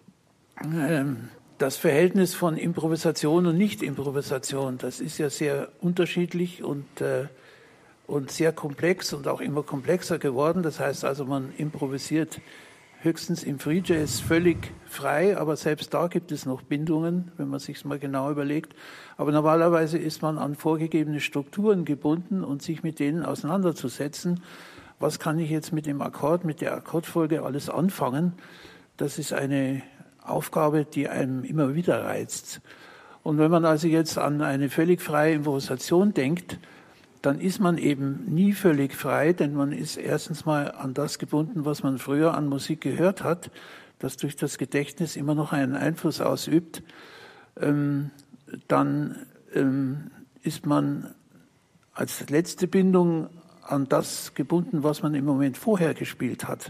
ähm, das Verhältnis von Improvisation und Nicht-Improvisation. Das ist ja sehr unterschiedlich und, äh, und sehr komplex und auch immer komplexer geworden. Das heißt also, man improvisiert höchstens im Free Jazz völlig frei, aber selbst da gibt es noch Bindungen, wenn man sich es mal genau überlegt. Aber normalerweise ist man an vorgegebene Strukturen gebunden und sich mit denen auseinanderzusetzen. Was kann ich jetzt mit dem Akkord, mit der Akkordfolge alles anfangen? Das ist eine Aufgabe, die einem immer wieder reizt. Und wenn man also jetzt an eine völlig freie Improvisation denkt, dann ist man eben nie völlig frei, denn man ist erstens mal an das gebunden, was man früher an Musik gehört hat, das durch das Gedächtnis immer noch einen Einfluss ausübt. Ähm, dann ähm, ist man als letzte Bindung an das gebunden, was man im Moment vorher gespielt hat.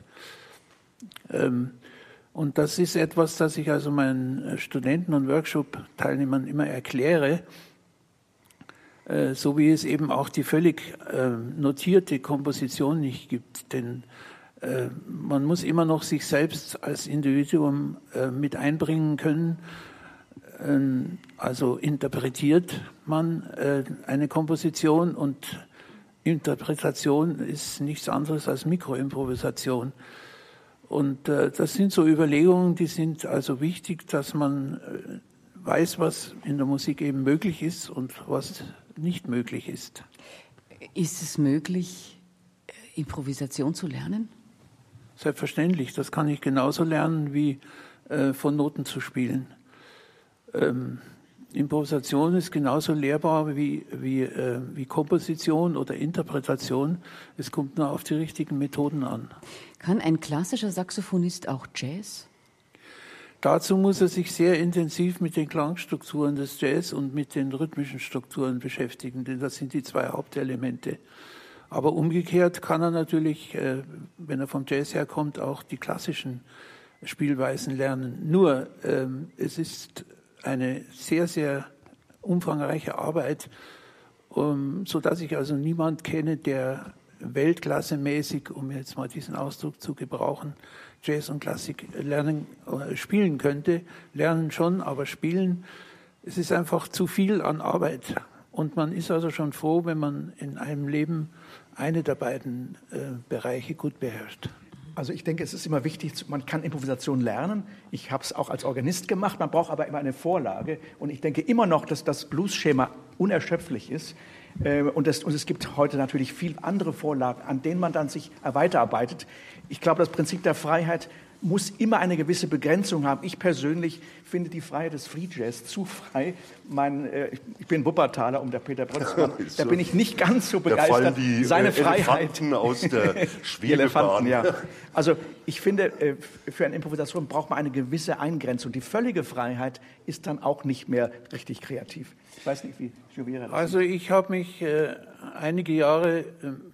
Ähm, und das ist etwas, das ich also meinen Studenten und Workshop-Teilnehmern immer erkläre, so wie es eben auch die völlig äh, notierte Komposition nicht gibt. Denn äh, man muss immer noch sich selbst als Individuum äh, mit einbringen können. Ähm, also interpretiert man äh, eine Komposition und Interpretation ist nichts anderes als Mikroimprovisation. Und äh, das sind so Überlegungen, die sind also wichtig, dass man äh, weiß, was in der Musik eben möglich ist und was nicht möglich ist. Ist es möglich, Improvisation zu lernen? Selbstverständlich. Das kann ich genauso lernen, wie äh, von Noten zu spielen. Ähm, Improvisation ist genauso lehrbar wie, wie, äh, wie Komposition oder Interpretation. Es kommt nur auf die richtigen Methoden an. Kann ein klassischer Saxophonist auch Jazz? Dazu muss er sich sehr intensiv mit den Klangstrukturen des Jazz und mit den rhythmischen Strukturen beschäftigen, denn das sind die zwei Hauptelemente. Aber umgekehrt kann er natürlich, wenn er vom Jazz herkommt, auch die klassischen Spielweisen lernen. Nur, es ist eine sehr, sehr umfangreiche Arbeit, sodass ich also niemand kenne, der weltklassemäßig, um jetzt mal diesen Ausdruck zu gebrauchen, Jazz und Klassik lernen, äh, spielen könnte. Lernen schon, aber spielen, es ist einfach zu viel an Arbeit. Und man ist also schon froh, wenn man in einem Leben eine der beiden äh, Bereiche gut beherrscht. Also ich denke, es ist immer wichtig, man kann Improvisation lernen. Ich habe es auch als Organist gemacht, man braucht aber immer eine Vorlage. Und ich denke immer noch, dass das Blues-Schema unerschöpflich ist. Und, das, und es gibt heute natürlich viele andere Vorlagen, an denen man dann sich weiterarbeitet. Ich glaube, das Prinzip der Freiheit muss immer eine gewisse Begrenzung haben. Ich persönlich finde die Freiheit des Free Jazz zu frei. Mein, äh, ich bin Wuppertaler, um der Peter Brötzmann, so, da bin ich nicht ganz so begeistert. Da fallen die Seine äh, Freiheit aus der Schwebebahn. Ja. Also ich finde, äh, für eine Improvisation braucht man eine gewisse Eingrenzung. Die völlige Freiheit ist dann auch nicht mehr richtig kreativ. Ich weiß nicht, wie Joe Vera das Also ich habe mich äh, einige Jahre äh,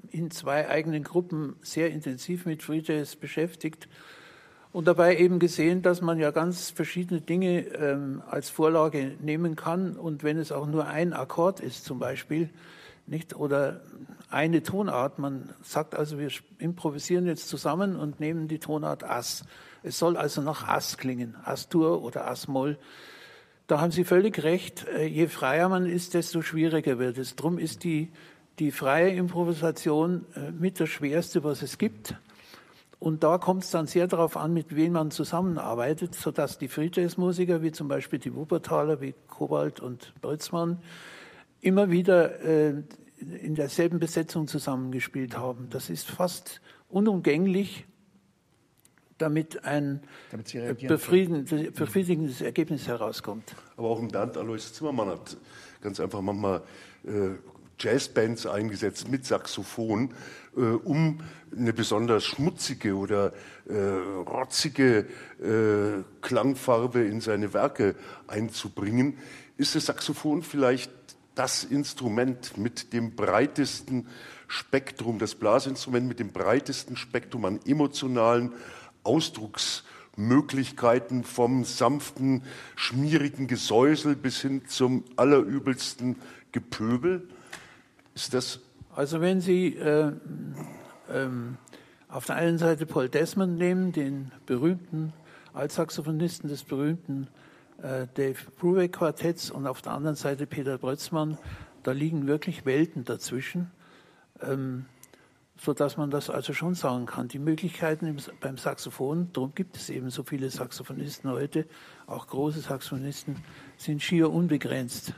in zwei eigenen Gruppen sehr intensiv mit Free Jazz beschäftigt und dabei eben gesehen, dass man ja ganz verschiedene Dinge ähm, als Vorlage nehmen kann und wenn es auch nur ein Akkord ist zum Beispiel, nicht, oder eine Tonart, man sagt also, wir improvisieren jetzt zusammen und nehmen die Tonart Ass. Es soll also nach Ass klingen, Ass-Dur oder Ass-Moll. Da haben Sie völlig recht, je freier man ist, desto schwieriger wird es. Drum ist die, die freie Improvisation mit das Schwerste, was es gibt. Und da kommt es dann sehr darauf an, mit wem man zusammenarbeitet, sodass die Free Jazz Musiker, wie zum Beispiel die Wuppertaler, wie Kobalt und Boltzmann, immer wieder äh, in derselben Besetzung zusammengespielt haben. Das ist fast unumgänglich, damit ein damit befriedigendes, befriedigendes Ergebnis herauskommt. Aber auch ein Bernd Alois Zimmermann hat ganz einfach manchmal äh, Jazzbands eingesetzt mit Saxophon, äh, um eine besonders schmutzige oder äh, rotzige äh, Klangfarbe in seine Werke einzubringen. Ist das Saxophon vielleicht das Instrument mit dem breitesten Spektrum, das Blasinstrument mit dem breitesten Spektrum an emotionalen Ausdrucksmöglichkeiten, vom sanften, schmierigen Gesäusel bis hin zum allerübelsten Gepöbel? Ist das? Also wenn Sie äh, ähm, auf der einen Seite Paul Desmond nehmen, den berühmten Altsaxophonisten des berühmten äh, Dave Brubeck Quartetts, und auf der anderen Seite Peter Brötzmann, da liegen wirklich Welten dazwischen, ähm, sodass man das also schon sagen kann. Die Möglichkeiten im, beim Saxophon, darum gibt es eben so viele Saxophonisten heute, auch große Saxophonisten, sind schier unbegrenzt.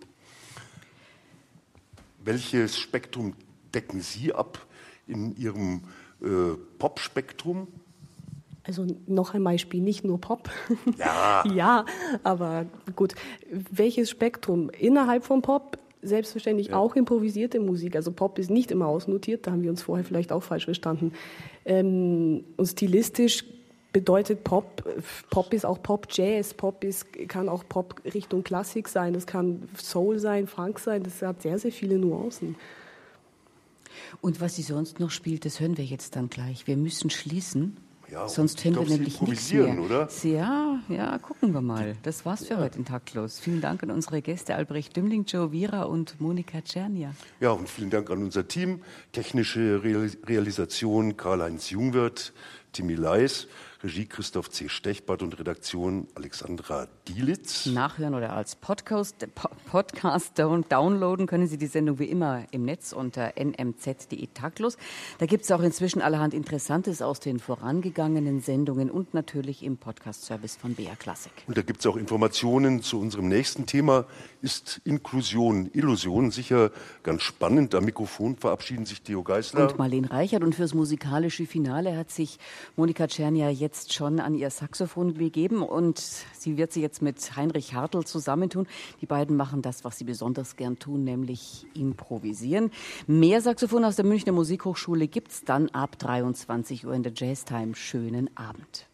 Welches Spektrum decken Sie ab in Ihrem äh, Pop-Spektrum? Also noch ein Beispiel, nicht nur Pop. Ja. Ja, aber gut. Welches Spektrum? Innerhalb von Pop selbstverständlich ja. auch improvisierte Musik. Also Pop ist nicht immer ausnotiert, da haben wir uns vorher vielleicht auch falsch verstanden. Ähm, und stilistisch bedeutet Pop, Pop ist auch Pop-Jazz, Pop ist, kann auch Pop Richtung Klassik sein, das kann Soul sein, Funk sein, das hat sehr, sehr viele Nuancen. Und was sie sonst noch spielt, das hören wir jetzt dann gleich. Wir müssen schließen. Ja, sonst hören wir nämlich nichts mehr. Oder? Ja, ja, gucken wir mal. Das war's für ja. heute in Taktlos. Vielen Dank an unsere Gäste Albrecht Dümling, Joe Vira und Monika Czernia. Ja, und vielen Dank an unser Team. Technische Realisation Karl-Heinz Jungwirth, Timmy Leis, Regie Christoph C. Stechbart und Redaktion Alexandra Dielitz. Nachhören oder als Podcast, Podcast downloaden können Sie die Sendung wie immer im Netz unter n m z punkt d e taktlos. Da gibt es auch inzwischen allerhand Interessantes aus den vorangegangenen Sendungen und natürlich im Podcast-Service von B R Classic. Und da gibt es auch Informationen zu unserem nächsten Thema. Ist Inklusion, Illusion sicher ganz spannend. Am Mikrofon verabschieden sich Theo Geisler und Marlene Reichert. Und fürs musikalische Finale hat sich Monika Czernia jetzt schon an ihr Saxophon begeben und sie wird sich jetzt mit Heinrich Hartl zusammentun. Die beiden machen das, was sie besonders gern tun, nämlich improvisieren. Mehr Saxophon aus der Münchner Musikhochschule gibt's dann ab dreiundzwanzig Uhr in der Jazztime. Schönen Abend.